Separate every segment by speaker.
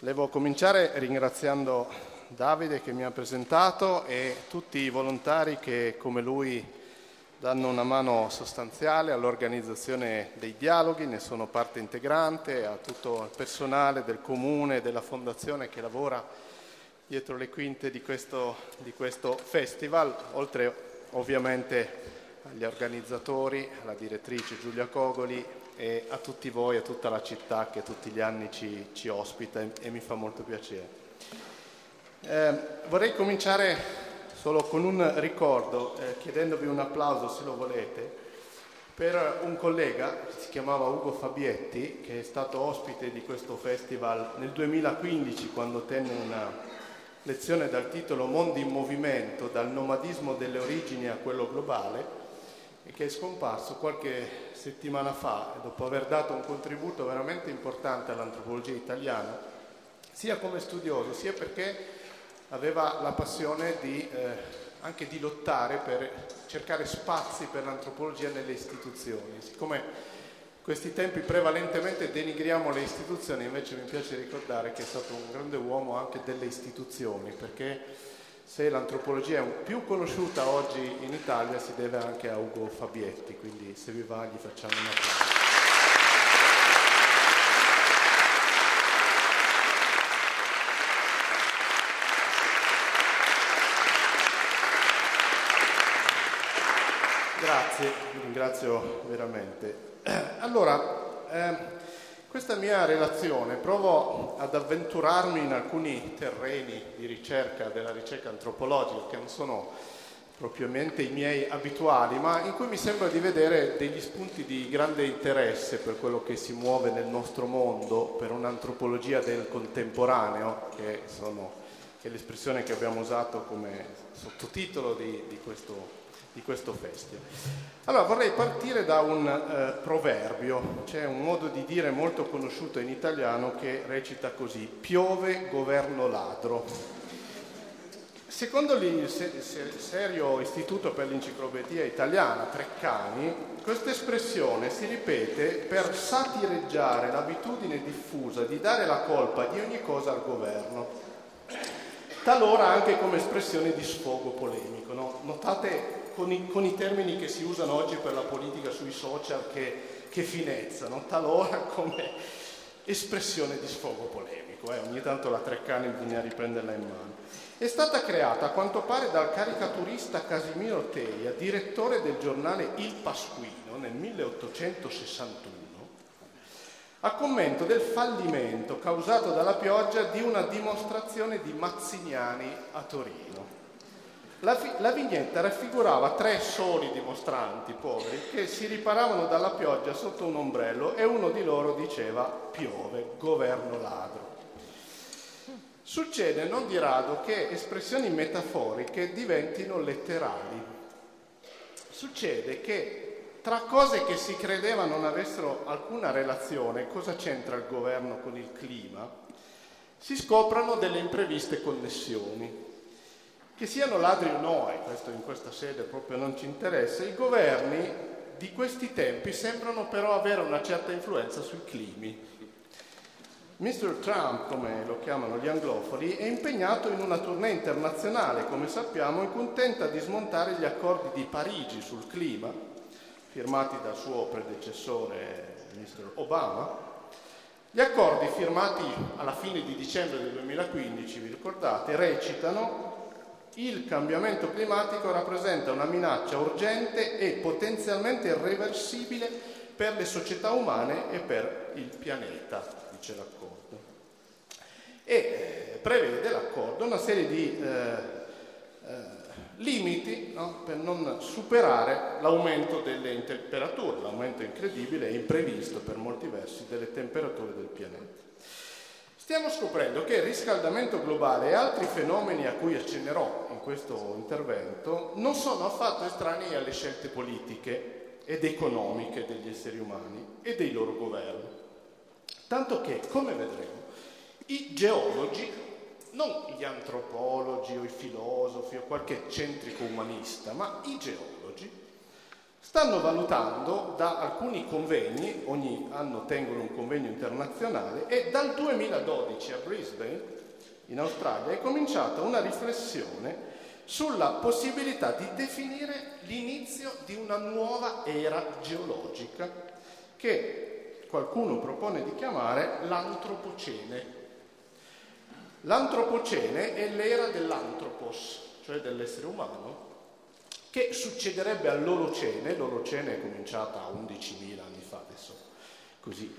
Speaker 1: Volevo cominciare ringraziando Davide che mi ha presentato e tutti i volontari che, come lui, danno una mano sostanziale all'organizzazione dei dialoghi, ne sono parte integrante, a tutto il personale del comune e della fondazione che lavora dietro le quinte di questo festival, oltre ovviamente agli organizzatori, alla direttrice Giulia Cogoli e a tutti voi, a tutta la città che tutti gli anni ci ospita e mi fa molto piacere. Vorrei cominciare solo con un ricordo, chiedendovi un applauso se lo volete, per un collega che si chiamava Ugo Fabietti, che è stato ospite di questo festival nel 2015 quando tenne una lezione dal titolo Mondi in movimento, dal nomadismo delle origini a quello globale, e che è scomparso qualche settimana fa, dopo aver dato un contributo veramente importante all'antropologia italiana, sia come studioso, sia perché aveva la passione anche di lottare per cercare spazi per l'antropologia nelle istituzioni. Siccome in questi tempi prevalentemente denigriamo le istituzioni, invece mi piace ricordare che è stato un grande uomo anche delle istituzioni, perché se l'antropologia è più conosciuta oggi in Italia si deve anche a Ugo Fabietti, quindi se vi va gli facciamo un applauso. Grazie, vi ringrazio veramente. Allora, questa mia relazione provo ad avventurarmi in alcuni terreni di ricerca, della ricerca antropologica, che non sono propriamente i miei abituali, ma in cui mi sembra di vedere degli spunti di grande interesse per quello che si muove nel nostro mondo, per un'antropologia del contemporaneo, che è l'espressione che abbiamo usato come sottotitolo di questo festival. Allora vorrei partire da un proverbio, c'è un modo di dire molto conosciuto in italiano che recita così: piove governo ladro. Secondo il serio Istituto per l'Enciclopedia Italiana, Treccani, questa espressione si ripete per satireggiare l'abitudine diffusa di dare la colpa di ogni cosa al governo, talora anche come espressione di sfogo polemico, no? Notate con i termini che si usano oggi per la politica sui social che finezzano, talora come espressione di sfogo polemico. Ogni tanto la Treccani bisogna riprenderla in mano. È stata creata a quanto pare dal caricaturista Casimiro Teia, direttore del giornale Il Pasquino nel 1861, a commento del fallimento causato dalla pioggia di una dimostrazione di Mazziniani a Torino. La vignetta raffigurava 3 soli dimostranti poveri che si riparavano dalla pioggia sotto un ombrello e uno di loro diceva: piove, governo ladro. Succede non di rado che espressioni metaforiche diventino letterali. Succede che tra cose che si credeva non avessero alcuna relazione, cosa c'entra il governo con il clima, si scoprano delle impreviste connessioni. Che siano ladri o no, e questo in questa sede proprio non ci interessa, i governi di questi tempi sembrano però avere una certa influenza sui climi. Mr. Trump, come lo chiamano gli anglofoni, è impegnato in una tournée internazionale, come sappiamo, in cui tenta di smontare gli accordi di Parigi sul clima, firmati dal suo predecessore, Mr. Obama. Gli accordi firmati alla fine di dicembre del 2015, vi ricordate, recitano: il cambiamento climatico rappresenta una minaccia urgente e potenzialmente irreversibile per le società umane e per il pianeta, dice l'accordo. E prevede l'accordo una serie di limiti, no? Per non superare l'aumento delle temperature, l'aumento incredibile e imprevisto per molti versi delle temperature del pianeta. Stiamo scoprendo che il riscaldamento globale e altri fenomeni a cui accennerò in questo intervento non sono affatto estranei alle scelte politiche ed economiche degli esseri umani e dei loro governi. Tanto che, come vedremo, i geologi, non gli antropologi o i filosofi o qualche eccentrico umanista, ma i geologi, stanno valutando da alcuni convegni, ogni anno tengono un convegno internazionale, e dal 2012 a Brisbane, in Australia, è cominciata una riflessione sulla possibilità di definire l'inizio di una nuova era geologica che qualcuno propone di chiamare l'antropocene. L'antropocene è l'era dell'antropos, cioè dell'essere umano, che succederebbe all'Olocene. L'Olocene è cominciata 11.000 anni fa, adesso così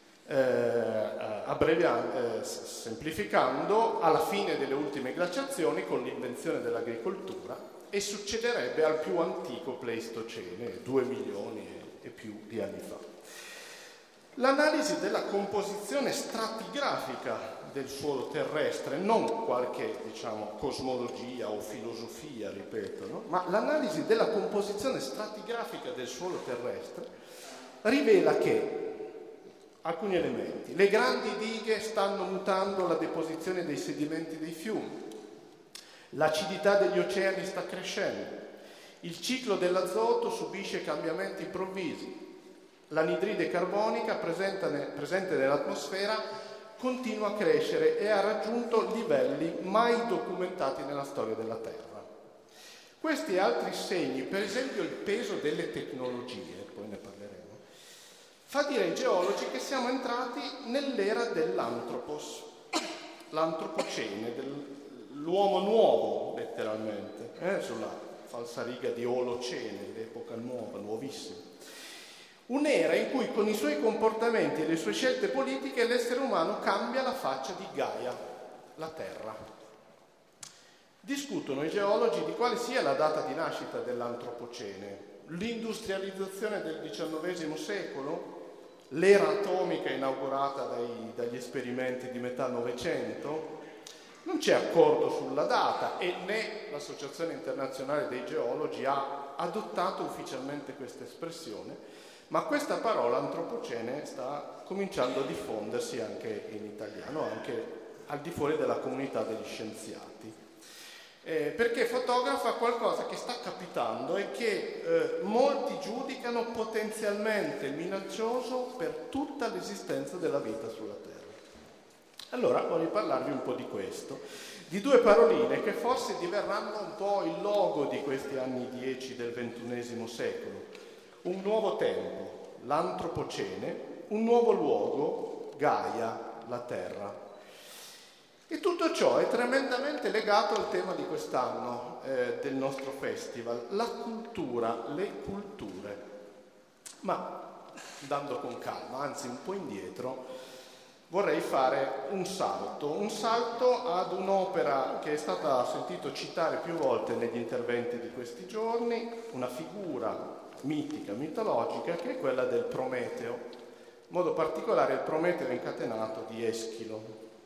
Speaker 1: semplificando, alla fine delle ultime glaciazioni con l'invenzione dell'agricoltura, e succederebbe al più antico Pleistocene, 2 milioni e più di anni fa. L'analisi della composizione stratigrafica del suolo terrestre, non qualche, cosmologia o filosofia, ripeto, no? Ma l'analisi della composizione stratigrafica del suolo terrestre rivela che alcuni elementi: le grandi dighe stanno mutando la deposizione dei sedimenti dei fiumi, l'acidità degli oceani sta crescendo, il ciclo dell'azoto subisce cambiamenti improvvisi, l'anidride carbonica presente nell'atmosfera continua a crescere e ha raggiunto livelli mai documentati nella storia della Terra. Questi e altri segni, per esempio il peso delle tecnologie, poi ne parleremo, fa dire ai geologi che siamo entrati nell'era dell'antropos, l'antropocene, dell'uomo nuovo, letteralmente, sulla falsariga di Olocene, l'epoca nuova, nuovissima. Un'era in cui con i suoi comportamenti e le sue scelte politiche l'essere umano cambia la faccia di Gaia, la Terra. Discutono i geologi di quale sia la data di nascita dell'antropocene: l'industrializzazione del XIX secolo, l'era atomica inaugurata dagli esperimenti di metà Novecento. Non c'è accordo sulla data e né l'Associazione Internazionale dei Geologi ha adottato ufficialmente questa espressione, ma questa parola antropocene sta cominciando a diffondersi anche in italiano, anche al di fuori della comunità degli scienziati, perché fotografa qualcosa che sta capitando e che molti giudicano potenzialmente minaccioso per tutta l'esistenza della vita sulla Terra. Allora voglio parlarvi un po' di questo, di due paroline che forse diverranno un po' il logo di questi anni 10 del XXI secolo. Un nuovo tempo, l'antropocene, un nuovo luogo, Gaia, la Terra. E tutto ciò è tremendamente legato al tema di quest'anno del nostro festival, la cultura, le culture. Ma andando con calma, anzi un po' indietro, vorrei fare un salto ad un'opera che è stata sentito citare più volte negli interventi di questi giorni, una figura mitica, mitologica, che è quella del Prometeo, in modo particolare il Prometeo incatenato di Eschilo.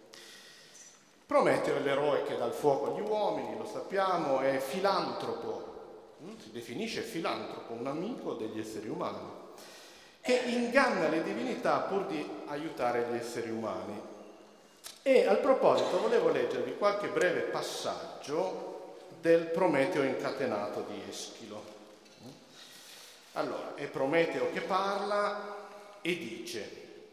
Speaker 1: Prometeo è l'eroe che dà il fuoco agli uomini, lo sappiamo, è filantropo, si definisce filantropo, un amico degli esseri umani, che inganna le divinità pur di aiutare gli esseri umani. E al proposito volevo leggervi qualche breve passaggio del Prometeo incatenato di Eschilo. Allora, è Prometeo che parla e dice: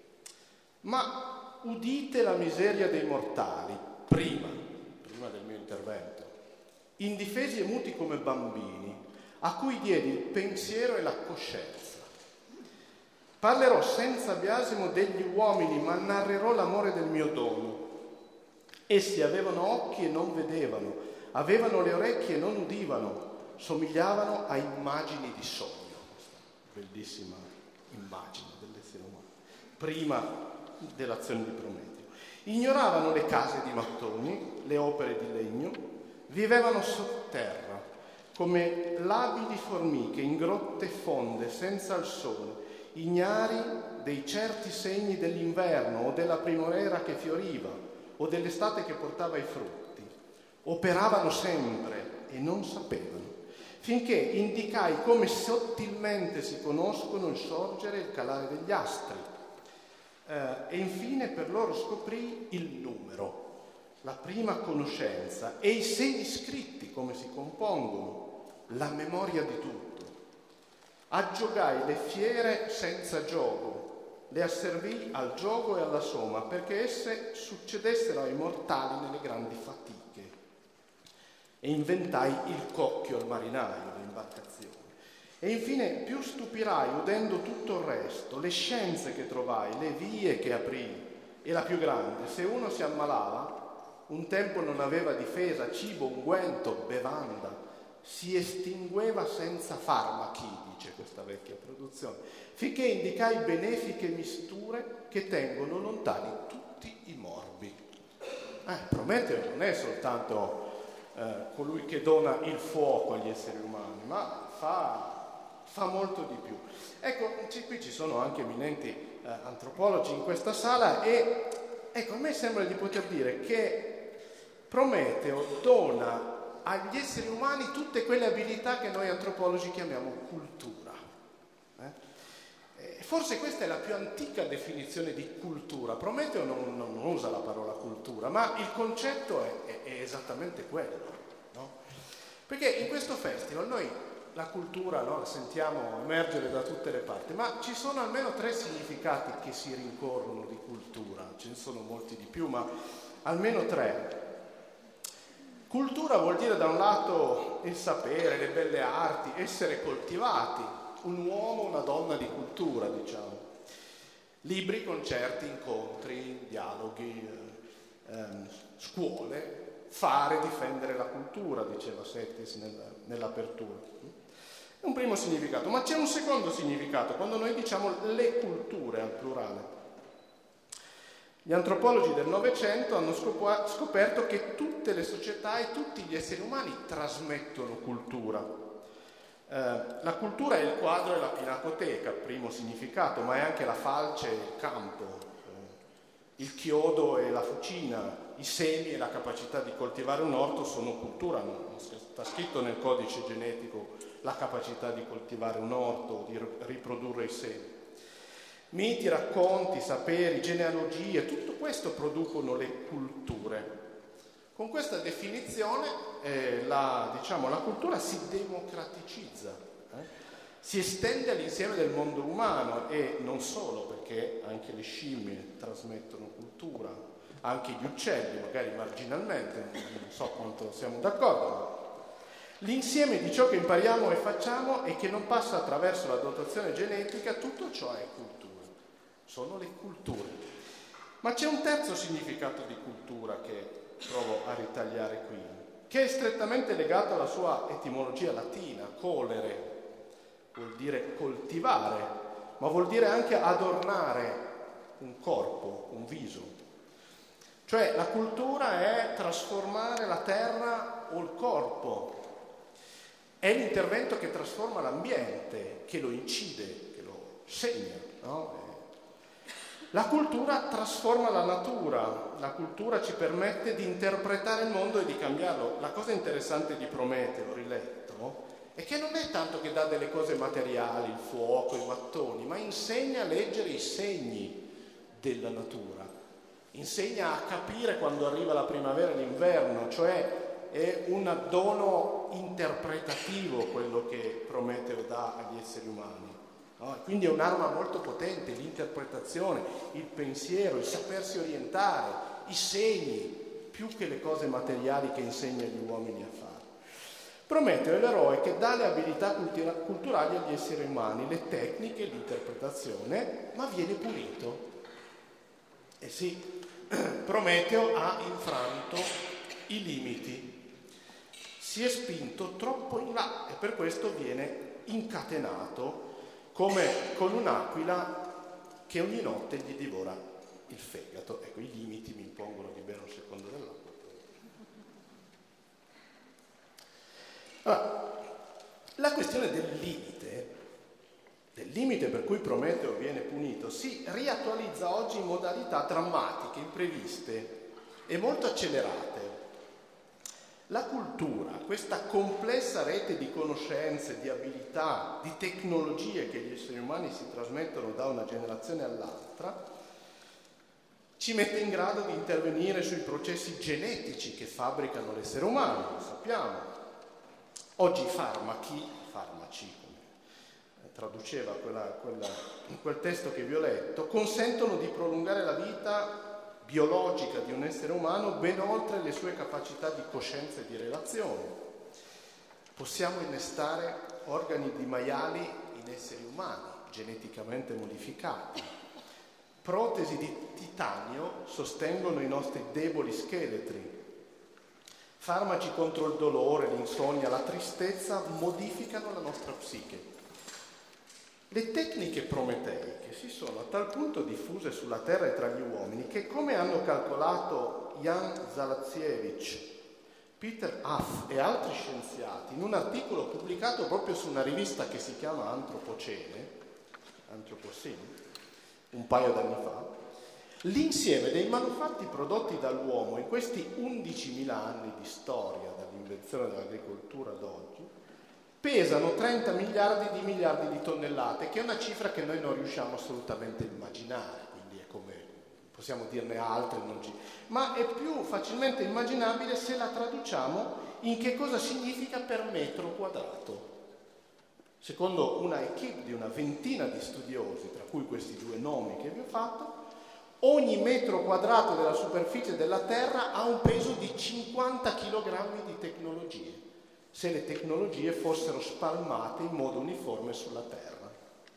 Speaker 1: ma udite la miseria dei mortali, prima del mio intervento, indifesi e muti come bambini, a cui diedi il pensiero e la coscienza. Parlerò senza biasimo degli uomini, ma narrerò l'amore del mio dono. Essi avevano occhi e non vedevano, avevano le orecchie e non udivano, somigliavano a immagini di sogno. Bellissima immagine dell'essere umano, prima dell'azione di Prometeo. Ignoravano le case di mattoni, le opere di legno, vivevano sotterra, come labili formiche in grotte fonde, senza il sole, ignari dei certi segni dell'inverno o della primavera che fioriva o dell'estate che portava i frutti. Operavano sempre e non sapevano, finché indicai come sottilmente si conoscono il sorgere e il calare degli astri. E infine per loro scoprì il numero, la prima conoscenza e i segni scritti, come si compongono, la memoria di tutto. aggiogai le fiere senza giogo, le asservii al giogo e alla soma, perché esse succedessero ai mortali nelle grandi fatiche. E inventai il cocchio al marinaio, le imbarcazioni. E infine più stupirai udendo tutto il resto, le scienze che trovai, le vie che aprii. E la più grande, se uno si ammalava, un tempo non aveva difesa, cibo, unguento, bevanda, si estingueva senza farmachi, dice questa vecchia produzione, finché indicai benefiche misture che tengono lontani tutti i morbi. Prometeo non è soltanto colui che dona il fuoco agli esseri umani, ma fa molto di più. Ecco, qui ci sono anche eminenti antropologi in questa sala e ecco, a me sembra di poter dire che Prometeo dona agli esseri umani tutte quelle abilità che noi antropologi chiamiamo cultura. Forse questa è la più antica definizione di cultura. Prometeo non usa la parola cultura, ma il concetto è esattamente quello, no? Perché in questo festival noi la cultura, no, la sentiamo emergere da tutte le parti, ma ci sono almeno 3 significati che si rincorrono di cultura. Ce ne sono molti di più, ma almeno 3. Cultura vuol dire da un lato il sapere, le belle arti, essere coltivati, un uomo, una donna di cultura, diciamo. Libri, concerti, incontri, dialoghi, scuole, fare, difendere la cultura, diceva Settis nell'apertura. È un primo significato, ma c'è un secondo significato quando noi diciamo le culture al plurale. Gli antropologi del Novecento hanno scoperto che tutte le società e tutti gli esseri umani trasmettono cultura. La cultura è il quadro e la pinacoteca, primo significato, ma è anche la falce e il campo, il chiodo e la fucina, i semi e la capacità di coltivare un orto sono cultura. Non sta scritto nel codice genetico la capacità di coltivare un orto, di riprodurre i semi. Miti, racconti, saperi, genealogie, tutto questo producono le culture. Con questa definizione la cultura si democraticizza, si estende all'insieme del mondo umano e non solo, perché anche le scimmie trasmettono cultura, anche gli uccelli, magari marginalmente, non so quanto siamo d'accordo, ma l'insieme di ciò che impariamo e facciamo e che non passa attraverso la dotazione genetica, tutto ciò è cultura, sono le culture. Ma c'è un terzo significato di cultura che provo a ritagliare qui, che è strettamente legato alla sua etimologia latina, colere, vuol dire coltivare, ma vuol dire anche adornare un corpo, un viso. Cioè la cultura è trasformare la terra o il corpo, è l'intervento che trasforma l'ambiente, che lo incide, che lo segna, no? La cultura trasforma la natura, la cultura ci permette di interpretare il mondo e di cambiarlo. La cosa interessante di Prometeo, riletto, è che non è tanto che dà delle cose materiali, il fuoco, i mattoni, ma insegna a leggere i segni della natura, insegna a capire quando arriva la primavera e l'inverno, cioè è un dono interpretativo quello che Prometeo dà agli esseri umani. No? Quindi è un'arma molto potente, l'interpretazione, il pensiero, il sapersi orientare, i segni, più che le cose materiali che insegna agli uomini a fare. Prometeo è l'eroe che dà le abilità culturali agli esseri umani, le tecniche, l'interpretazione, ma viene punito. Eh sì, Prometeo ha infranto i limiti, si è spinto troppo in là e per questo viene incatenato come con un'aquila che ogni notte gli divora il fegato. Ecco, i limiti mi impongono di bere un secondo dell'acqua. Allora, la questione del limite per cui Prometeo viene punito, si riattualizza oggi in modalità drammatiche, impreviste e molto accelerate. La cultura, questa complessa rete di conoscenze, di abilità, di tecnologie che gli esseri umani si trasmettono da una generazione all'altra, ci mette in grado di intervenire sui processi genetici che fabbricano l'essere umano, lo sappiamo. Oggi i farmaci traduceva quel testo che vi ho letto, consentono di prolungare la vita biologica di un essere umano ben oltre le sue capacità di coscienza e di relazione. Possiamo innestare organi di maiali in esseri umani geneticamente modificati. Protesi di titanio sostengono i nostri deboli scheletri. Farmaci contro il dolore, l'insonnia, la tristezza modificano la nostra psiche. Le tecniche prometeiche si sono a tal punto diffuse sulla Terra e tra gli uomini che, come hanno calcolato Jan Zalazkiewicz, Peter Huff e altri scienziati, in un articolo pubblicato proprio su una rivista che si chiama Antropocene, un paio d'anni fa, l'insieme dei manufatti prodotti dall'uomo in questi 11.000 anni di storia, dall'invenzione dell'agricoltura ad oggi, pesano 30 miliardi di tonnellate, che è una cifra che noi non riusciamo assolutamente a immaginare, quindi è come, possiamo dirne altre, ma è più facilmente immaginabile se la traduciamo in che cosa significa per metro quadrato. Secondo una equipe di una ventina di studiosi, tra cui questi due nomi che vi ho fatto, ogni metro quadrato della superficie della Terra ha un peso di 50 kg di tecnologie, se le tecnologie fossero spalmate in modo uniforme sulla Terra.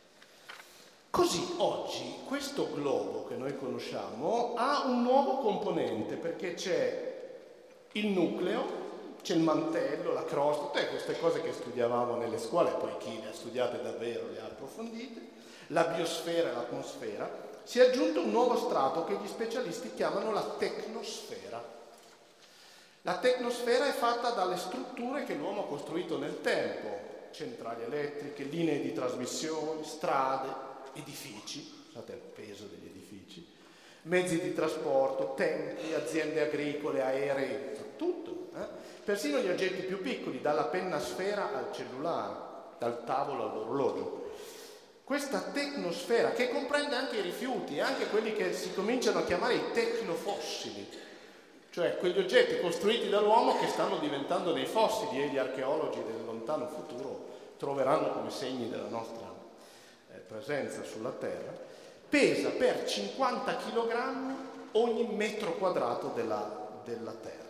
Speaker 1: Così oggi questo globo che noi conosciamo ha un nuovo componente, perché c'è il nucleo, c'è il mantello, la crosta, tutte queste cose che studiavamo nelle scuole, poi chi le ha studiate davvero le ha approfondite, la biosfera e l'atmosfera. Si è aggiunto un nuovo strato che gli specialisti chiamano la tecnosfera. La tecnosfera è fatta dalle strutture che l'uomo ha costruito nel tempo, centrali elettriche, linee di trasmissione, strade, edifici, scusate il peso degli edifici, mezzi di trasporto, templi, aziende agricole, aerei, tutto. Persino gli oggetti più piccoli, dalla penna sfera al cellulare, dal tavolo all'orologio. Questa tecnosfera, che comprende anche i rifiuti, anche quelli che si cominciano a chiamare i tecnofossili, cioè quegli oggetti costruiti dall'uomo che stanno diventando dei fossili e gli archeologi del lontano futuro troveranno come segni della nostra presenza sulla Terra, pesa per 50 kg ogni metro quadrato della Terra.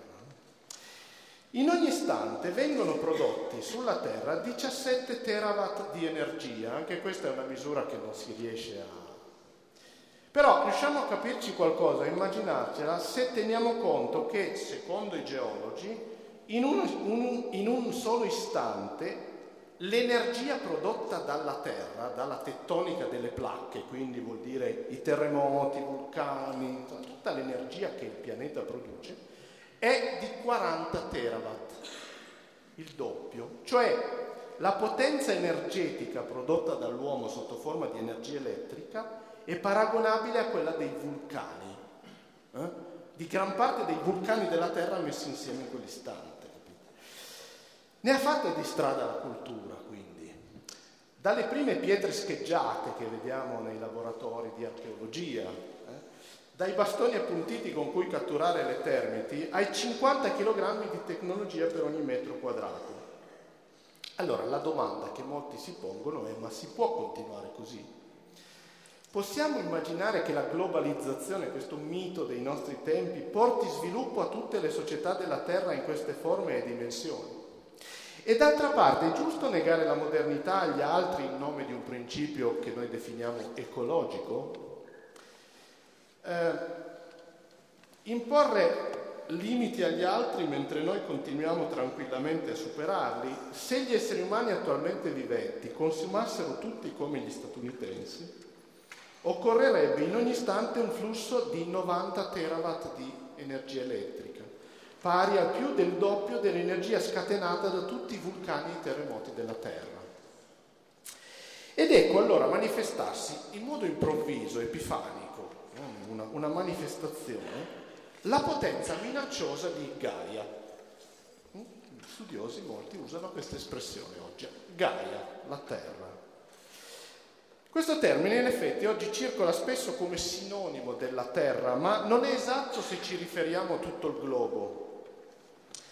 Speaker 1: In ogni istante vengono prodotti sulla Terra 17 terawatt di energia, anche questa è una misura che non si riesce a... Però riusciamo a capirci qualcosa, a immaginarcela, se teniamo conto che, secondo i geologi, in un solo istante l'energia prodotta dalla Terra, dalla tettonica delle placche, quindi vuol dire i terremoti, i vulcani, tutta l'energia che il pianeta produce, è di 40 terawatt, il doppio. Cioè la potenza energetica prodotta dall'uomo sotto forma di energia elettrica è paragonabile a quella dei vulcani, di gran parte dei vulcani della Terra messi insieme in quell'istante. Ne ha fatte di strada la cultura, quindi. Dalle prime pietre scheggiate che vediamo nei laboratori di archeologia, dai bastoni appuntiti con cui catturare le termiti, ai 50 kg di tecnologia per ogni metro quadrato. Allora, la domanda che molti si pongono è: ma si può continuare così? Possiamo immaginare che la globalizzazione, questo mito dei nostri tempi, porti sviluppo a tutte le società della Terra in queste forme e dimensioni? E d'altra parte è giusto negare la modernità agli altri in nome di un principio che noi definiamo ecologico? Imporre limiti agli altri mentre noi continuiamo tranquillamente a superarli? Se gli esseri umani attualmente viventi consumassero tutti come gli statunitensi, occorrerebbe in ogni istante un flusso di 90 terawatt di energia elettrica, pari al più del doppio dell'energia scatenata da tutti i vulcani e i terremoti della Terra. Ed ecco allora manifestarsi in modo improvviso, epifanico, una manifestazione, la potenza minacciosa di Gaia. Studiosi molti usano questa espressione oggi, Gaia, la Terra. Questo termine in effetti oggi circola spesso come sinonimo della Terra, ma non è esatto se ci riferiamo a tutto il globo.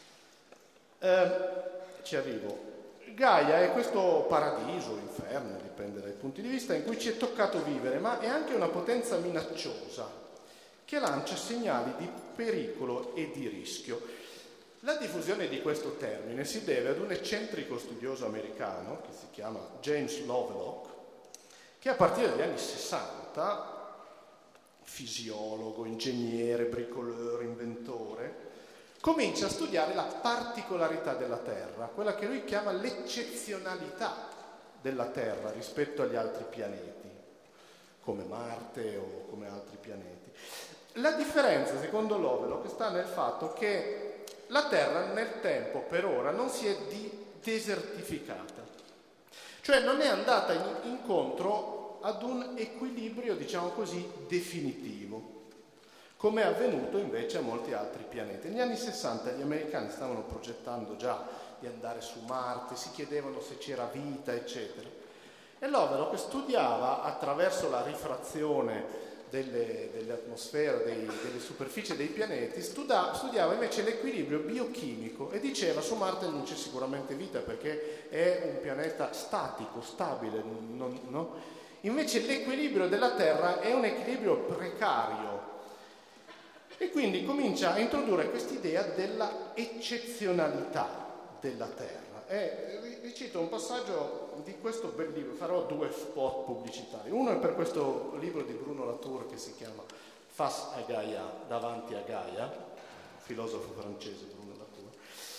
Speaker 1: Ci arrivo. Gaia è questo paradiso, inferno, dipende dai punti di vista, in cui ci è toccato vivere, ma è anche una potenza minacciosa che lancia segnali di pericolo e di rischio. La diffusione di questo termine si deve ad un eccentrico studioso americano che si chiama James Lovelock, che a partire dagli anni 60, fisiologo, ingegnere, bricoleur, inventore, comincia a studiare la particolarità della Terra, quella che lui chiama l'eccezionalità della Terra rispetto agli altri pianeti, come Marte o come altri pianeti. La differenza, secondo Lovelock, sta nel fatto che la Terra nel tempo, per ora, non si è desertificata, cioè non è andata incontro ad un equilibrio, diciamo così, definitivo, come è avvenuto invece a molti altri pianeti. Negli anni 60 gli americani stavano progettando già di andare su Marte, si chiedevano se c'era vita, eccetera. E Lovelock studiava attraverso la rifrazione delle atmosfere, delle superfici dei pianeti, studiava invece l'equilibrio biochimico e diceva: su Marte non c'è sicuramente vita perché è un pianeta statico, stabile, no? Invece l'equilibrio della Terra è un equilibrio precario. E quindi comincia a introdurre quest'idea della eccezionalità della Terra. Vi cito un passaggio di questo bel libro, farò 2 spot pubblicitari. Uno è per questo libro di Bruno Latour che si chiama Face à Gaia, davanti a Gaia, filosofo francese Bruno Latour,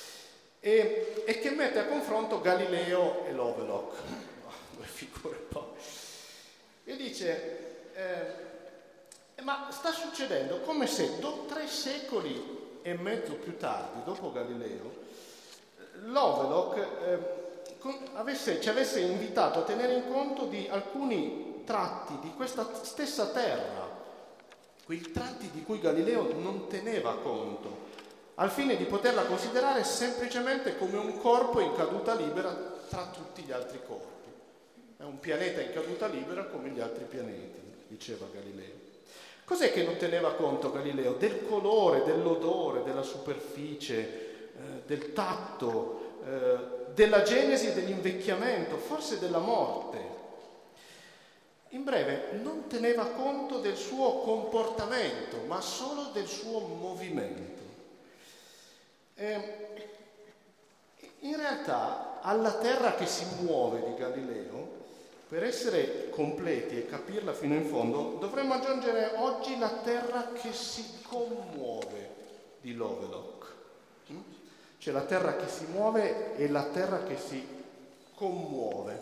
Speaker 1: e che mette a confronto Galileo e Lovelock, 2 figure poi, e dice ma sta succedendo come se 3 secoli e mezzo più tardi, dopo Galileo, Lovelock ci avesse invitato a tenere in conto di alcuni tratti di questa stessa Terra, quei tratti di cui Galileo non teneva conto, al fine di poterla considerare semplicemente come un corpo in caduta libera tra tutti gli altri corpi. È un pianeta in caduta libera come gli altri pianeti, diceva Galileo. Cos'è che non teneva conto Galileo? Del colore, dell'odore, della superficie, del tatto, della genesi dell'invecchiamento, forse della morte. In breve, non teneva conto del suo comportamento, ma solo del suo movimento. In realtà, alla Terra che si muove di Galileo, per essere completi e capirla fino in fondo, dovremmo aggiungere oggi la Terra che si commuove di Lovelock. C'è la Terra che si muove e la Terra che si commuove.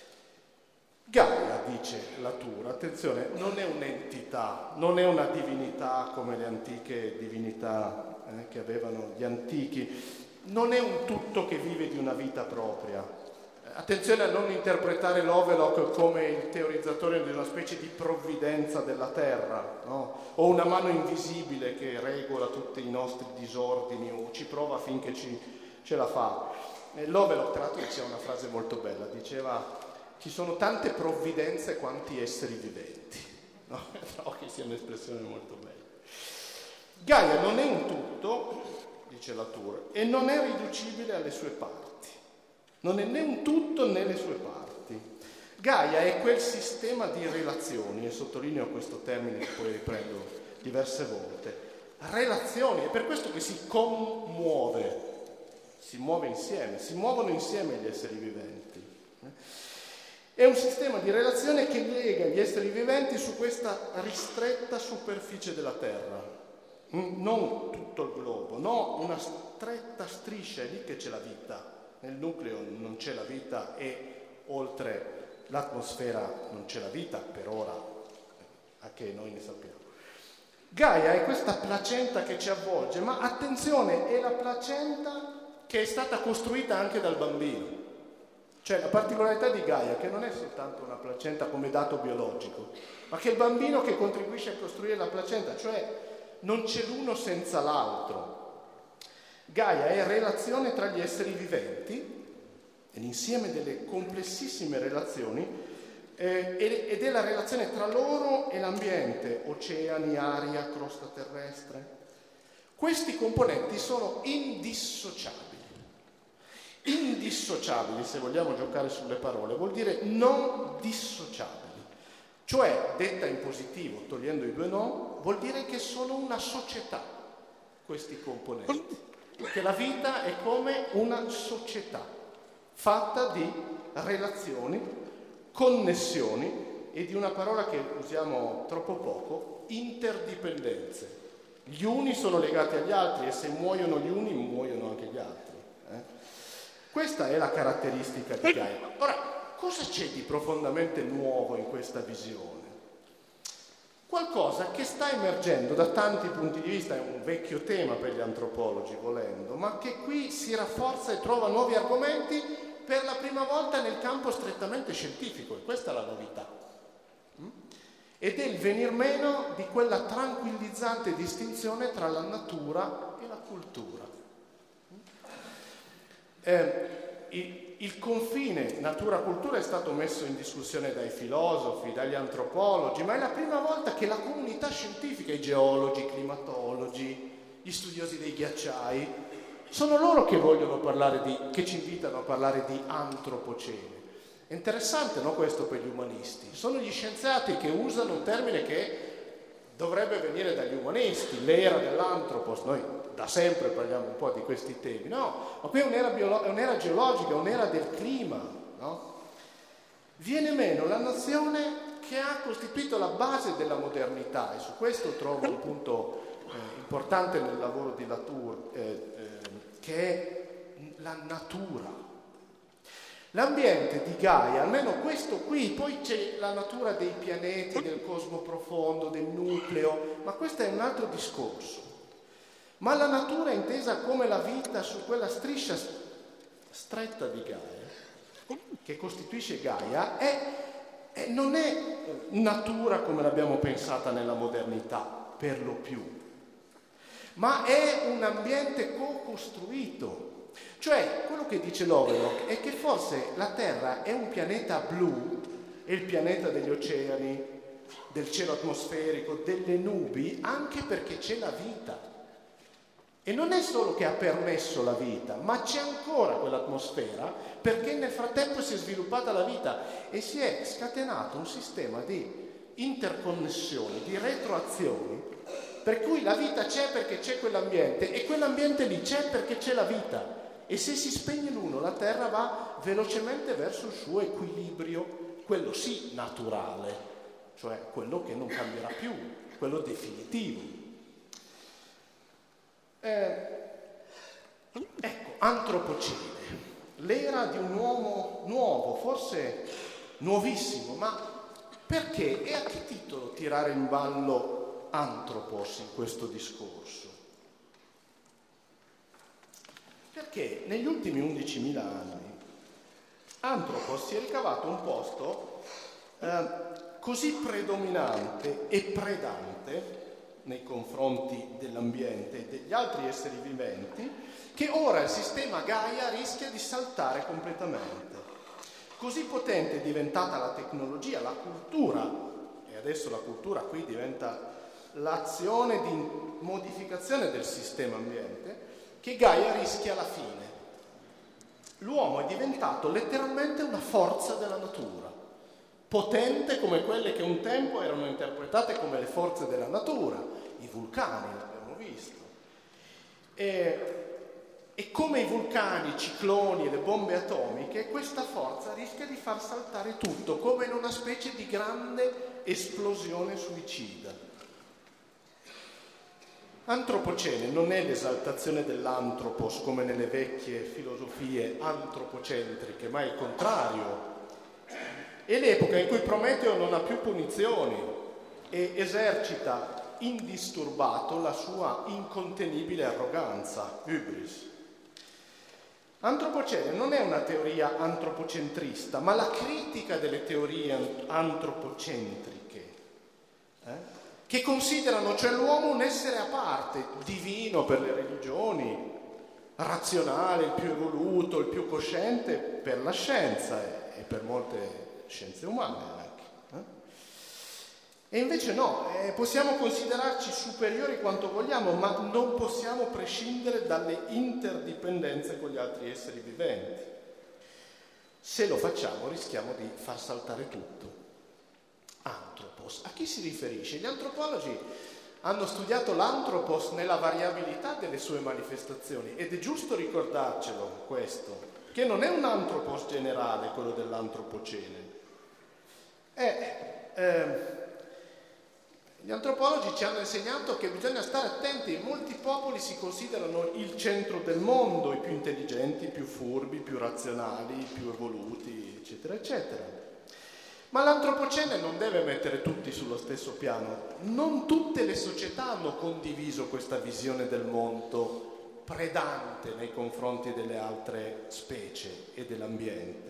Speaker 1: Gaia, dice Latour, attenzione, non è un'entità, non è una divinità come le antiche divinità che avevano gli antichi, non è un tutto che vive di una vita propria. Attenzione a non interpretare Lovelock come il teorizzatore di una specie di provvidenza della Terra, no? O una mano invisibile che regola tutti i nostri disordini o ci prova finché ce la fa. Lovelock, tra l'altro, diceva una frase molto bella, diceva: ci sono tante provvidenze quanti esseri viventi. No? Trovo che sia un'espressione molto bella. Gaia non è un tutto, dice Latour, e non è riducibile alle sue parti. Non è né un tutto né le sue parti. Gaia è quel sistema di relazioni, e sottolineo questo termine che poi riprendo diverse volte. Relazioni, è per questo che si commuove, si muove insieme, si muovono insieme gli esseri viventi. È un sistema di relazione che lega gli esseri viventi su questa ristretta superficie della Terra, non tutto il globo, no, una stretta striscia, è lì che c'è la vita. Nel nucleo non c'è la vita e oltre l'atmosfera non c'è la vita, per ora, a che noi ne sappiamo. Gaia è questa placenta che ci avvolge, ma attenzione, è la placenta che è stata costruita anche dal bambino. Cioè la particolarità di Gaia è che non è soltanto una placenta come dato biologico, ma che è il bambino che contribuisce a costruire la placenta, cioè non c'è l'uno senza l'altro. Gaia è relazione tra gli esseri viventi, è l'insieme delle complessissime relazioni ed è la relazione tra loro e l'ambiente, oceani, aria, crosta terrestre. Questi componenti sono indissociabili. Indissociabili, se vogliamo giocare sulle parole, vuol dire non dissociabili. Cioè, detta in positivo, togliendo i due no, vuol dire che sono una società, questi componenti. Che la vita è come una società, fatta di relazioni, connessioni e di una parola che usiamo troppo poco, interdipendenze. Gli uni sono legati agli altri e se muoiono gli uni, muoiono anche gli altri. Questa è la caratteristica di Gaia. Ora, cosa c'è di profondamente nuovo in questa visione? Qualcosa che sta emergendo da tanti punti di vista, è un vecchio tema per gli antropologi volendo, ma che qui si rafforza e trova nuovi argomenti per la prima volta nel campo strettamente scientifico, e questa è la novità. Ed è il venir meno di quella tranquillizzante distinzione tra la natura e la cultura. Il confine natura-cultura è stato messo in discussione dai filosofi, dagli antropologi, ma è la prima volta che la comunità scientifica, i geologi, i climatologi, gli studiosi dei ghiacciai, sono loro che vogliono parlare che ci invitano a parlare di antropocene. È interessante, no, questo per gli umanisti. Sono gli scienziati che usano un termine che dovrebbe venire dagli umanisti, l'era dell'antropos. Noi da sempre parliamo un po' di questi temi, no? Ma qui è un'era geologica, un'era del clima, no? Viene meno la nozione che ha costituito la base della modernità, e su questo trovo un punto importante nel lavoro di Latour, che è la natura. L'ambiente di Gaia, almeno questo qui, poi c'è la natura dei pianeti, del cosmo profondo, del nucleo, ma questo è un altro discorso. Ma la natura intesa come la vita su quella striscia stretta di Gaia, che costituisce Gaia, non è natura come l'abbiamo pensata nella modernità, per lo più, ma è un ambiente co-costruito. Cioè, quello che dice Lovelock è che forse la Terra è un pianeta blu, è il pianeta degli oceani, del cielo atmosferico, delle nubi, anche perché c'è la vita. E non è solo che ha permesso la vita, ma c'è ancora quell'atmosfera perché nel frattempo si è sviluppata la vita e si è scatenato un sistema di interconnessioni, di retroazioni, per cui la vita c'è perché c'è quell'ambiente e quell'ambiente lì c'è perché c'è la vita. E se si spegne l'uno, la Terra va velocemente verso il suo equilibrio, quello sì naturale, cioè quello che non cambierà più, quello definitivo. Ecco, antropocene, l'era di un uomo nuovo, forse nuovissimo, ma perché e a che titolo tirare in ballo antropos in questo discorso? Perché negli ultimi 11.000 anni antropos si è ricavato un posto così predominante e predante nei confronti dell'ambiente e degli altri esseri viventi, che ora il sistema Gaia rischia di saltare completamente. Così potente è diventata la tecnologia, la cultura, e adesso la cultura qui diventa l'azione di modificazione del sistema ambiente, che Gaia rischia la fine. L'uomo è diventato letteralmente una forza della natura, potente come quelle che un tempo erano interpretate come le forze della natura, i vulcani, l'abbiamo visto. E come i vulcani, i cicloni e le bombe atomiche, questa forza rischia di far saltare tutto, come in una specie di grande esplosione suicida. Antropocene non è l'esaltazione dell'antropos come nelle vecchie filosofie antropocentriche, ma il contrario. È l'epoca in cui Prometeo non ha più punizioni e esercita indisturbato la sua incontenibile arroganza, hybris. Antropocene non è una teoria antropocentrista, ma la critica delle teorie antropocentriche, che considerano cioè l'uomo un essere a parte, divino per le religioni, razionale, il più evoluto, il più cosciente per la scienza e per molte scienze umane anche. E invece no, possiamo considerarci superiori quanto vogliamo, ma non possiamo prescindere dalle interdipendenze con gli altri esseri viventi. Se lo facciamo rischiamo di far saltare tutto. Anthropos, a chi si riferisce? Gli antropologi hanno studiato l'anthropos nella variabilità delle sue manifestazioni ed è giusto ricordarcelo questo, che non è un anthropos generale quello dell'antropocene. Gli antropologi ci hanno insegnato che bisogna stare attenti, molti popoli si considerano il centro del mondo, i più intelligenti, i più furbi, i più razionali, i più evoluti, eccetera, eccetera. Ma l'antropocene non deve mettere tutti sullo stesso piano. Non tutte le società hanno condiviso questa visione del mondo predante nei confronti delle altre specie e dell'ambiente.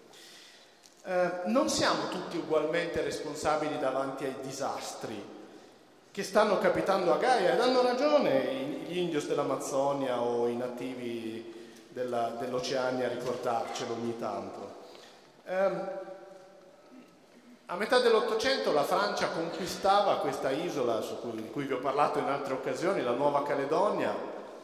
Speaker 1: Non siamo tutti ugualmente responsabili davanti ai disastri che stanno capitando a Gaia, ed hanno ragione gli indios dell'Amazzonia o i nativi dell'Oceania a ricordarcelo ogni tanto. A metà dell'Ottocento la Francia conquistava questa isola di cui vi ho parlato in altre occasioni, la Nuova Caledonia,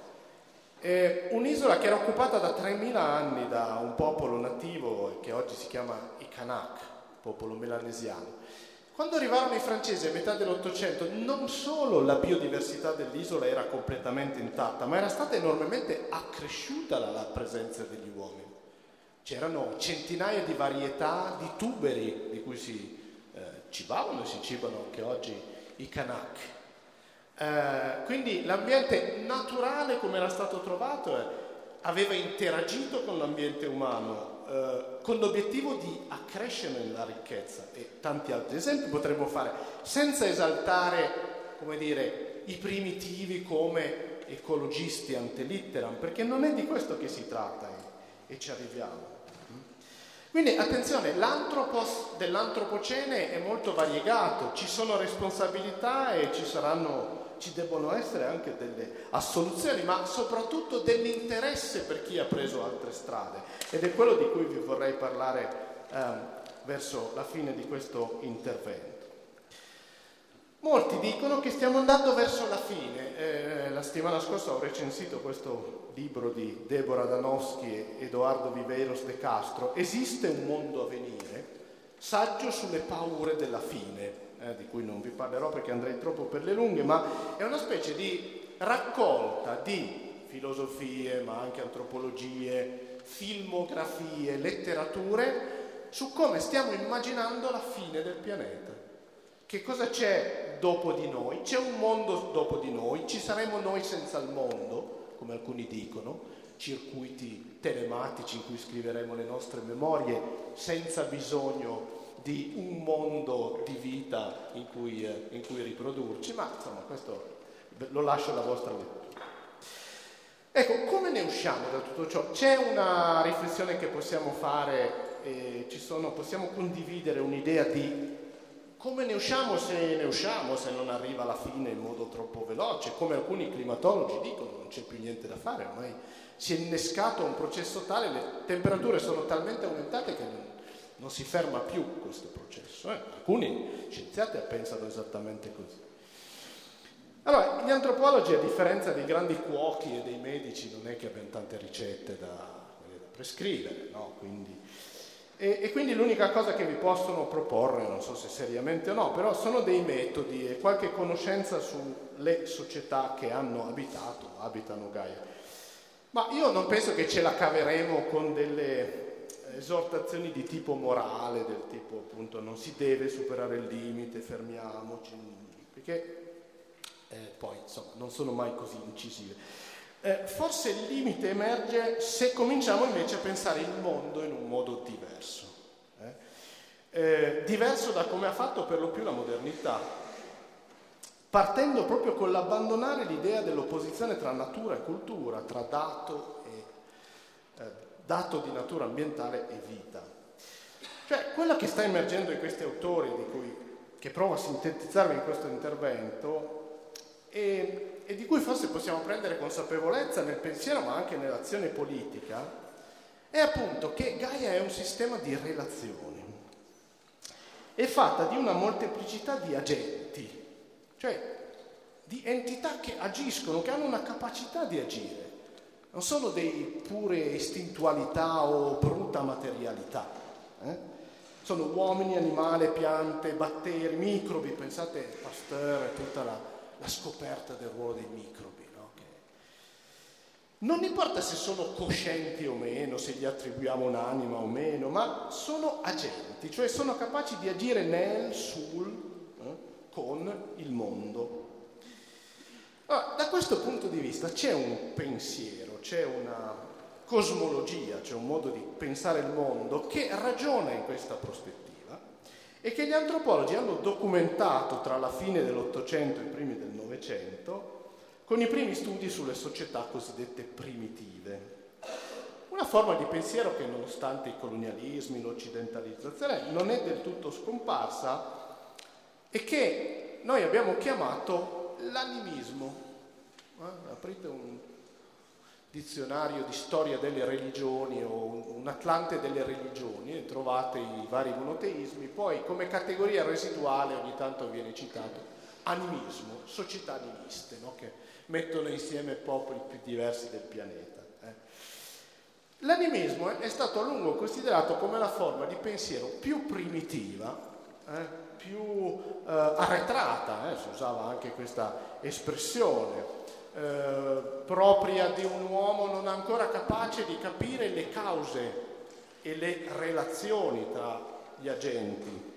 Speaker 1: un'isola che era occupata da 3.000 anni da un popolo nativo che oggi si chiama i Kanak, popolo melanesiano. Quando arrivarono i francesi a metà dell'Ottocento, non solo la biodiversità dell'isola era completamente intatta, ma era stata enormemente accresciuta dalla presenza degli uomini. C'erano centinaia di varietà di tuberi di cui si cibavano e si cibano anche oggi i Kanak. Quindi l'ambiente naturale, come era stato trovato, aveva interagito con l'ambiente umano con l'obiettivo di accrescere la ricchezza, e tanti altri esempi potremmo fare, senza esaltare, come dire, i primitivi come ecologisti ante litteram, perché non è di questo che si tratta e ci arriviamo. Quindi attenzione, l'anthropos dell'antropocene è molto variegato, ci sono responsabilità e ci debbono essere anche delle assoluzioni, ma soprattutto dell'interesse per chi ha preso altre strade, ed è quello di cui vi vorrei parlare verso la fine di questo intervento. Molti dicono che stiamo andando verso la fine. La settimana scorsa ho recensito questo libro di Deborah Danowski e Edoardo Viveiros de Castro, Esiste un mondo a venire? Saggio sulle paure della fine, di cui non vi parlerò perché andrei troppo per le lunghe, ma è una specie di raccolta di filosofie, ma anche antropologie, filmografie, letterature su come stiamo immaginando la fine del pianeta. Che cosa c'è dopo di noi? C'è un mondo dopo di noi? Ci saremo noi senza il mondo, come alcuni dicono, circuiti telematici in cui scriveremo le nostre memorie senza bisogno di un mondo di vita in cui riprodurci, ma insomma questo lo lascio alla vostra lettura. Ecco, come ne usciamo da tutto ciò? C'è una riflessione che possiamo fare, possiamo condividere un'idea di come ne usciamo, se non arriva alla fine in modo troppo veloce, come alcuni climatologi dicono, non c'è più niente da fare, ormai si è innescato un processo tale, le temperature sono talmente aumentate che non si ferma più questo processo. Alcuni scienziati pensano esattamente così. Allora, gli antropologi, a differenza dei grandi cuochi e dei medici, non è che abbiano tante ricette da prescrivere, no? E quindi l'unica cosa che vi possono proporre, non so se seriamente o no, però sono dei metodi e qualche conoscenza sulle società che hanno abitano Gaia. Ma io non penso che ce la caveremo con delle esortazioni di tipo morale, del tipo appunto non si deve superare il limite, fermiamoci, perché poi insomma non sono mai così incisive. Forse il limite emerge se cominciamo invece a pensare il mondo in un modo diverso, diverso da come ha fatto per lo più la modernità, partendo proprio con l'abbandonare l'idea dell'opposizione tra natura e cultura, tra dato di natura ambientale e vita. Cioè, quello che sta emergendo in questi autori, che provo a sintetizzarvi in questo intervento, e di cui forse possiamo prendere consapevolezza nel pensiero ma anche nell'azione politica, è appunto che Gaia è un sistema di relazioni è fatta di una molteplicità di agenti, cioè di entità che agiscono, che hanno una capacità di agire. Non sono dei pure istintualità o bruta materialità. Sono uomini, animali, piante, batteri, microbi. Pensate a Pasteur e tutta la scoperta del ruolo dei microbi, no? Che non importa se sono coscienti o meno, se gli attribuiamo un'anima o meno, ma sono agenti, cioè sono capaci di agire nel, con il mondo. Allora, da questo punto di vista c'è un pensiero, c'è una cosmologia, c'è un modo di pensare il mondo che ragiona in questa prospettiva e che gli antropologi hanno documentato tra la fine dell'Ottocento e i primi del Novecento con i primi studi sulle società cosiddette primitive. Una forma di pensiero che, nonostante i colonialismi, l'occidentalizzazione, non è del tutto scomparsa e che noi abbiamo chiamato l'animismo. Aprite un dizionario di storia delle religioni o un Atlante delle religioni e trovate i vari monoteismi, poi come categoria residuale ogni tanto viene citato animismo, società animiste, no? Che mettono insieme popoli più diversi del pianeta. L'animismo è stato a lungo considerato come la forma di pensiero più primitiva, più arretrata, si usava anche questa espressione, propria di un uomo non ancora capace di capire le cause e le relazioni tra gli agenti,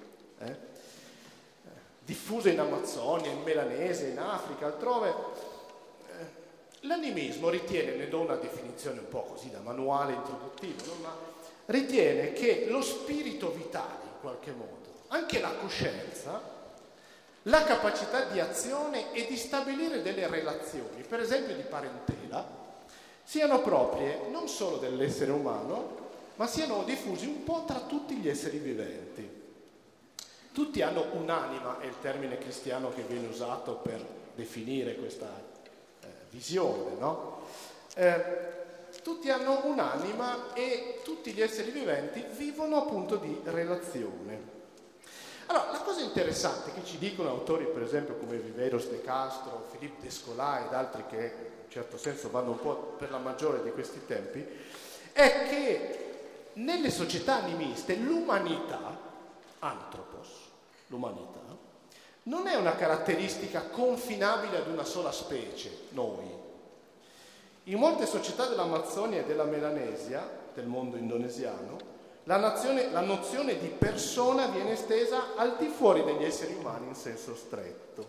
Speaker 1: diffuse in Amazzonia, in Melanese, in Africa, altrove. L'animismo ritiene, ne do una definizione un po' così da manuale introduttivo, no? Ma ritiene che lo spirito vitale, in qualche modo, anche la coscienza, la capacità di azione e di stabilire delle relazioni, per esempio di parentela, siano proprie non solo dell'essere umano, ma siano diffusi un po' tra tutti gli esseri viventi. Tutti hanno un'anima, è il termine cristiano che viene usato per definire questa visione, no? Tutti hanno un'anima e tutti gli esseri viventi vivono appunto di relazione. Allora, la cosa interessante che ci dicono autori, per esempio, come Viveiros de Castro, Philippe Descola ed altri che in un certo senso vanno un po' per la maggiore di questi tempi, è che nelle società animiste l'umanità, anthropos, l'umanità, non è una caratteristica confinabile ad una sola specie, noi. In molte società dell'Amazzonia e della Melanesia, del mondo indonesiano, la nozione di persona viene estesa al di fuori degli esseri umani in senso stretto.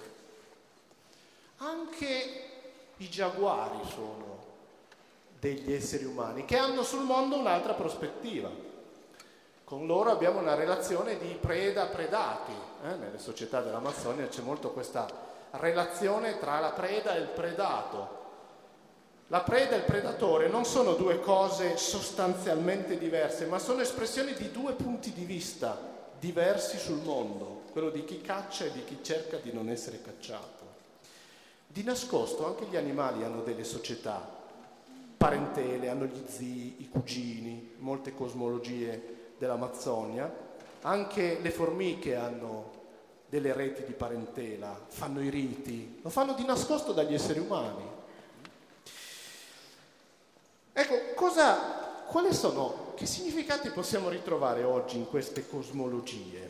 Speaker 1: Anche i giaguari sono degli esseri umani che hanno sul mondo un'altra prospettiva. Con loro abbiamo una relazione di preda-predati. Nelle società dell'Amazzonia c'è molto questa relazione tra la preda e il predato. La preda e il predatore non sono due cose sostanzialmente diverse, ma sono espressioni di due punti di vista diversi sul mondo, quello di chi caccia e di chi cerca di non essere cacciato. Di nascosto anche gli animali hanno delle società, parentele, hanno gli zii, i cugini, molte cosmologie dell'Amazzonia, anche le formiche hanno delle reti di parentela, fanno i riti, lo fanno di nascosto dagli esseri umani. Ecco, che significati possiamo ritrovare oggi in queste cosmologie?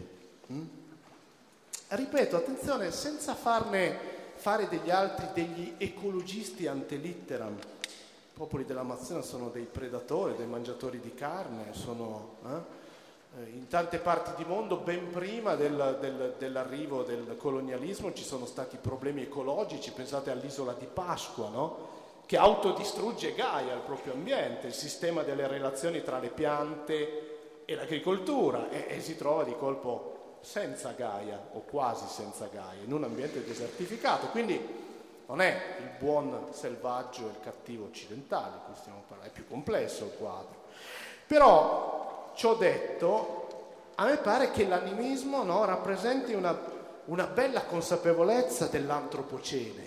Speaker 1: Ripeto, attenzione, senza fare degli altri degli ecologisti ante litteram. I popoli dell'Amazzonia sono dei predatori, dei mangiatori di carne, sono in tante parti di mondo, ben prima dell'arrivo del colonialismo ci sono stati problemi ecologici, pensate all'isola di Pasqua, no? Che autodistrugge Gaia, il proprio ambiente, il sistema delle relazioni tra le piante e l'agricoltura e si trova di colpo senza Gaia o quasi senza Gaia, in un ambiente desertificato. Quindi non è il buon selvaggio e il cattivo occidentale, di cui stiamo parlando, è più complesso il quadro. Però, ciò detto, a me pare che l'animismo, no, rappresenti una bella consapevolezza dell'antropocene.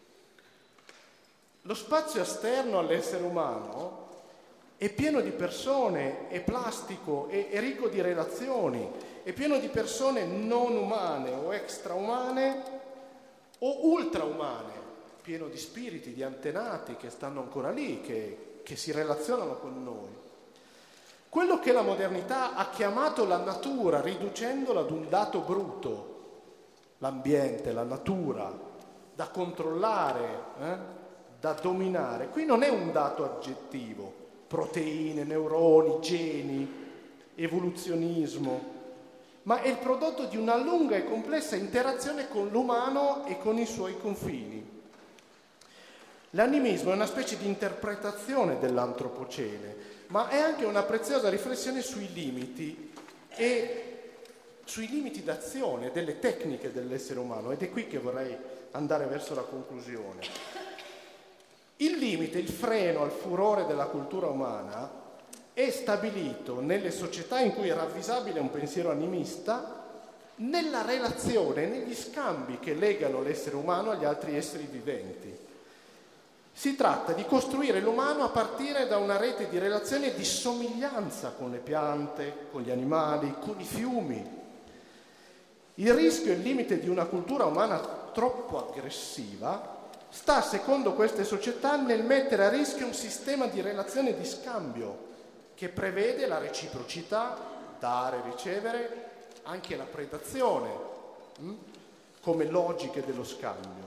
Speaker 1: Lo spazio esterno all'essere umano è pieno di persone, è plastico, è ricco di relazioni è pieno di persone non umane o extraumane o ultraumane, pieno di spiriti, di antenati che stanno ancora lì, che si relazionano con noi. Quello che la modernità ha chiamato la natura, riducendola ad un dato bruto, l'ambiente, la natura, da controllare, da dominare. Qui non è un dato aggettivo, proteine, neuroni, geni, evoluzionismo, ma è il prodotto di una lunga e complessa interazione con l'umano e con i suoi confini. L'animismo è una specie di interpretazione dell'antropocene, ma è anche una preziosa riflessione sui limiti d'azione, delle tecniche dell'essere umano, ed è qui che vorrei andare verso la conclusione. Il limite, il freno al furore della cultura umana è stabilito nelle società in cui è ravvisabile un pensiero animista, nella relazione, negli scambi che legano l'essere umano agli altri esseri viventi. Si tratta di costruire l'umano a partire da una rete di relazioni e di somiglianza con le piante, con gli animali, con i fiumi. Il rischio e il limite di una cultura umana troppo aggressiva sta, secondo queste società, nel mettere a rischio un sistema di relazione e di scambio che prevede la reciprocità, dare e ricevere, anche la predazione, come logiche dello scambio.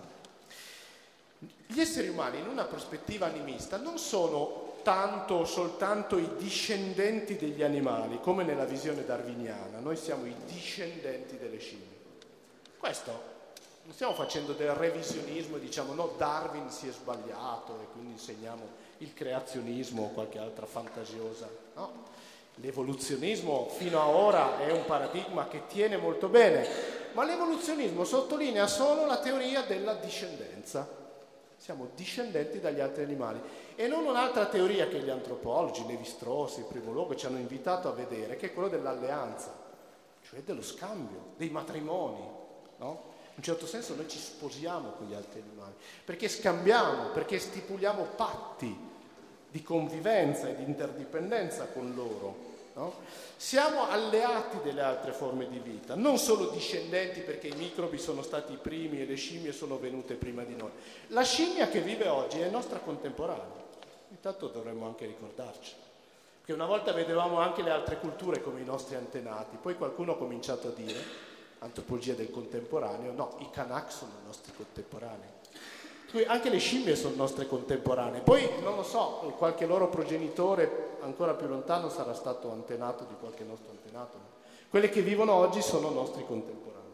Speaker 1: Gli esseri umani, in una prospettiva animista, non sono tanto o soltanto i discendenti degli animali, come nella visione darwiniana. Noi siamo i discendenti delle scimmie. Questo non stiamo facendo del revisionismo e diciamo no, Darwin si è sbagliato e quindi insegniamo il creazionismo o qualche altra fantasiosa. No, l'evoluzionismo fino a ora è un paradigma che tiene molto bene, ma l'evoluzionismo sottolinea solo la teoria della discendenza. Siamo discendenti dagli altri animali e non un'altra teoria che gli antropologi, Levi-Strauss, in primo luogo, ci hanno invitato a vedere, che è quello dell'alleanza, cioè dello scambio, dei matrimoni, no? In un certo senso noi ci sposiamo con gli altri animali, perché scambiamo, perché stipuliamo patti di convivenza e di interdipendenza con loro, no? Siamo alleati delle altre forme di vita, non solo discendenti perché i microbi sono stati i primi e le scimmie sono venute prima di noi. La scimmia che vive oggi è nostra contemporanea, intanto dovremmo anche ricordarci, perché una volta vedevamo anche le altre culture come i nostri antenati, poi qualcuno ha cominciato a dire, antropologia del contemporaneo, no, i Kanak sono i nostri contemporanei. Anche le scimmie sono nostre contemporanee, poi non lo so, qualche loro progenitore ancora più lontano sarà stato antenato di qualche nostro antenato. Quelle che vivono oggi sono nostri contemporanei.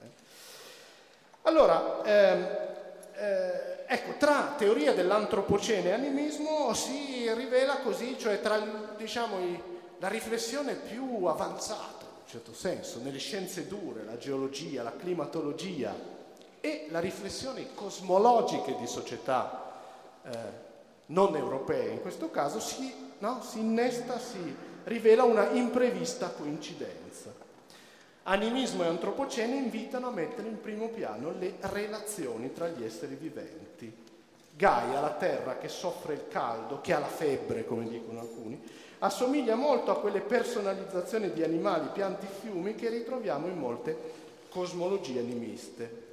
Speaker 1: Allora, ecco, tra teoria dell'antropocene e animismo si rivela così, cioè tra, diciamo, la riflessione più avanzata, in un certo senso, nelle scienze dure, la geologia, la climatologia, e la riflessione cosmologiche di società non europee, in questo caso si innesta, si rivela una imprevista coincidenza. Animismo e antropocene invitano a mettere in primo piano le relazioni tra gli esseri viventi. Gaia, la terra che soffre il caldo, che ha la febbre, come dicono alcuni, assomiglia molto a quelle personalizzazioni di animali, piante e fiumi che ritroviamo in molte cosmologie animiste.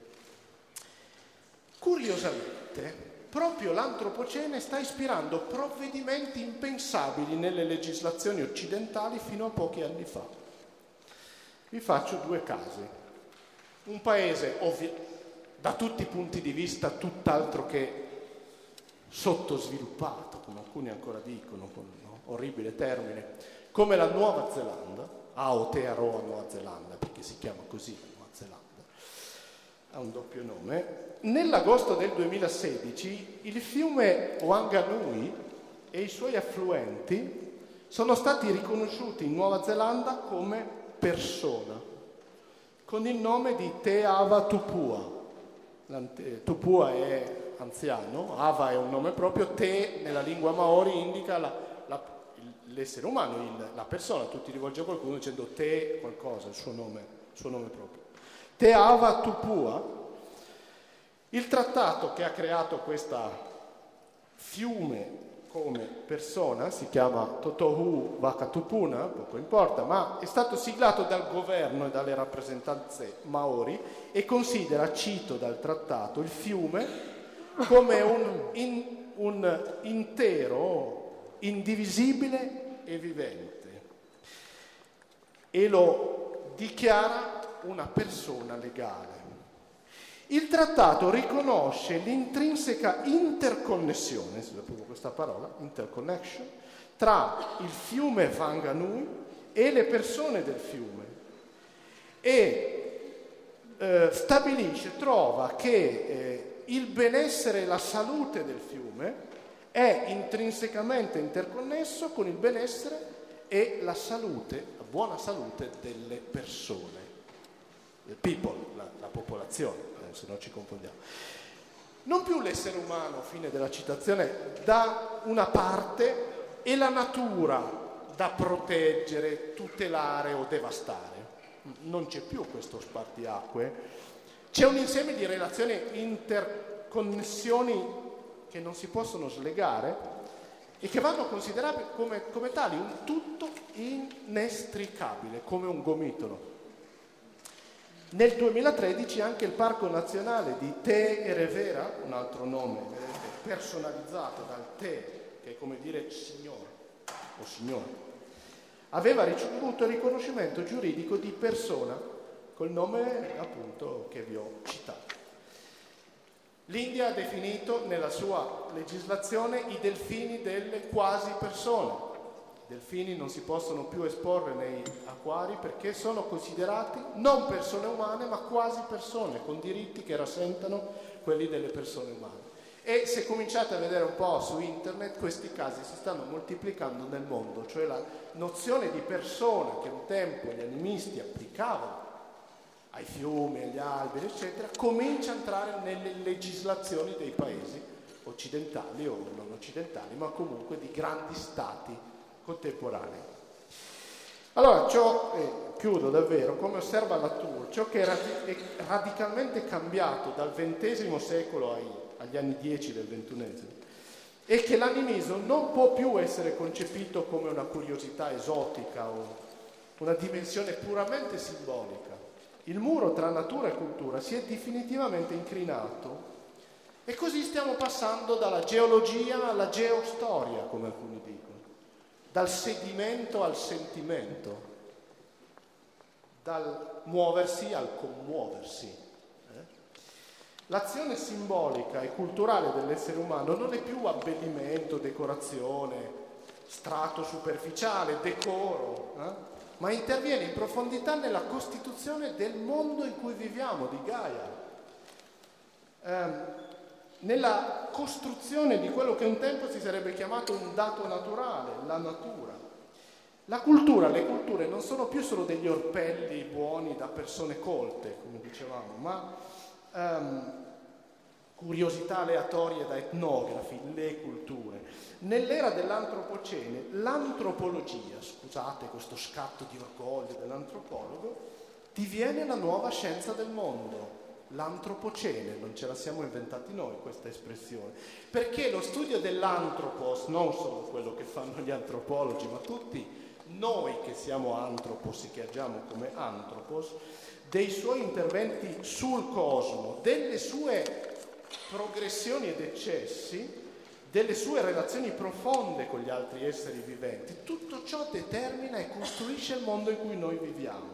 Speaker 1: Curiosamente, proprio l'antropocene sta ispirando provvedimenti impensabili nelle legislazioni occidentali fino a pochi anni fa. Vi faccio due casi. Un paese, da tutti i punti di vista, tutt'altro che sottosviluppato, come alcuni ancora dicono, con orribile termine, come la Nuova Zelanda, Aotearoa Nuova Zelanda, perché si chiama così la Nuova Zelanda, ha un doppio nome. Nell'agosto del 2016 il fiume Wanganui e i suoi affluenti sono stati riconosciuti in Nuova Zelanda come persona, con il nome di Te Ava Tupua. Tupua è anziano, Ava è un nome proprio, Te nella lingua maori indica l'essere umano, la persona, tu ti rivolgi a qualcuno dicendo Te qualcosa, il suo nome proprio. Te Ava Tupua. Il trattato che ha creato questo fiume come persona, si chiama Totohu Wakatupuna, poco importa, ma è stato siglato dal governo e dalle rappresentanze maori e considera, cito dal trattato, il fiume come un intero, indivisibile e vivente, e lo dichiara una persona legale. Il trattato riconosce l'intrinseca interconnessione, si usa proprio questa parola, interconnection, tra il fiume Whanganui e le persone del fiume e trova che il benessere e la salute del fiume è intrinsecamente interconnesso con il benessere e la salute, la buona salute delle persone, the people, la popolazione. Se no ci confondiamo. Non più l'essere umano, fine della citazione, da una parte e la natura da proteggere, tutelare o devastare. Non c'è più questo spartiacque. C'è un insieme di relazioni, interconnessioni che non si possono slegare e che vanno considerate come tali, un tutto inestricabile, come un gomitolo. Nel 2013 anche il Parco Nazionale di Te Erevera, un altro nome personalizzato dal Te, che è come dire signore o signore, aveva ricevuto il riconoscimento giuridico di persona col nome appunto che vi ho citato. L'India ha definito nella sua legislazione i delfini delle quasi persone. I delfini non si possono più esporre nei acquari perché sono considerati non persone umane ma quasi persone con diritti che rasentano quelli delle persone umane. E se cominciate a vedere un po' su internet, questi casi si stanno moltiplicando nel mondo, cioè la nozione di persona che un tempo gli animisti applicavano ai fiumi, agli alberi, eccetera, comincia a entrare nelle legislazioni dei paesi occidentali o non occidentali, ma comunque di grandi stati contemporanei. Allora, chiudo davvero, come osserva Latour, ciò che è radicalmente cambiato dal XX secolo agli anni 10 del XXI è che l'animismo non può più essere concepito come una curiosità esotica o una dimensione puramente simbolica. Il muro tra natura e cultura si è definitivamente incrinato e così stiamo passando dalla geologia alla geostoria, come alcuni dicono, dal sedimento al sentimento, dal muoversi al commuoversi. L'azione simbolica e culturale dell'essere umano non è più abbellimento, decorazione, strato superficiale, decoro, ma interviene in profondità nella costituzione del mondo in cui viviamo, di Gaia, nella costruzione di quello che un tempo si sarebbe chiamato un dato naturale, la natura. La cultura, le culture non sono più solo degli orpelli buoni da persone colte, come dicevamo, ma curiosità aleatorie da etnografi, le culture. Nell'era dell'antropocene, l'antropologia, scusate questo scatto di orgoglio dell'antropologo, diviene la nuova scienza del mondo. L'antropocene, non ce la siamo inventati noi questa espressione, perché lo studio dell'antropos, non solo quello che fanno gli antropologi, ma tutti noi che siamo antropos e che agiamo come antropos, dei suoi interventi sul cosmo, delle sue progressioni ed eccessi, delle sue relazioni profonde con gli altri esseri viventi, tutto ciò determina e costruisce il mondo in cui noi viviamo.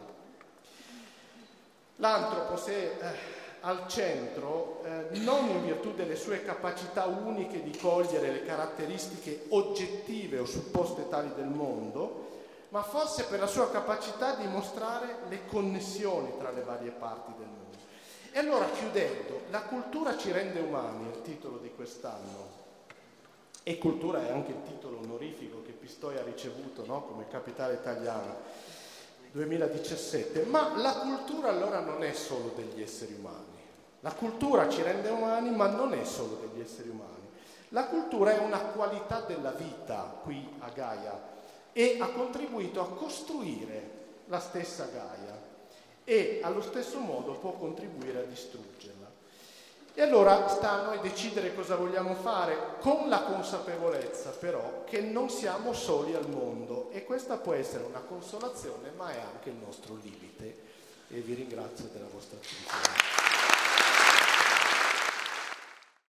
Speaker 1: L'antropos è al centro non in virtù delle sue capacità uniche di cogliere le caratteristiche oggettive o supposte tali del mondo, ma forse per la sua capacità di mostrare le connessioni tra le varie parti del mondo. E allora, chiudendo, la cultura ci rende umani, è il titolo di quest'anno, e cultura è anche il titolo onorifico che Pistoia ha ricevuto, no? Come capitale italiana 2017, ma la cultura allora non è solo degli esseri umani. La cultura ci rende umani, ma non è solo degli esseri umani. La cultura è una qualità della vita qui a Gaia e ha contribuito a costruire la stessa Gaia e allo stesso modo può contribuire a distruggerla. E allora sta a noi decidere cosa vogliamo fare, con la consapevolezza però che non siamo soli al mondo, e questa può essere una consolazione, ma è anche il nostro limite. E vi ringrazio della vostra attenzione.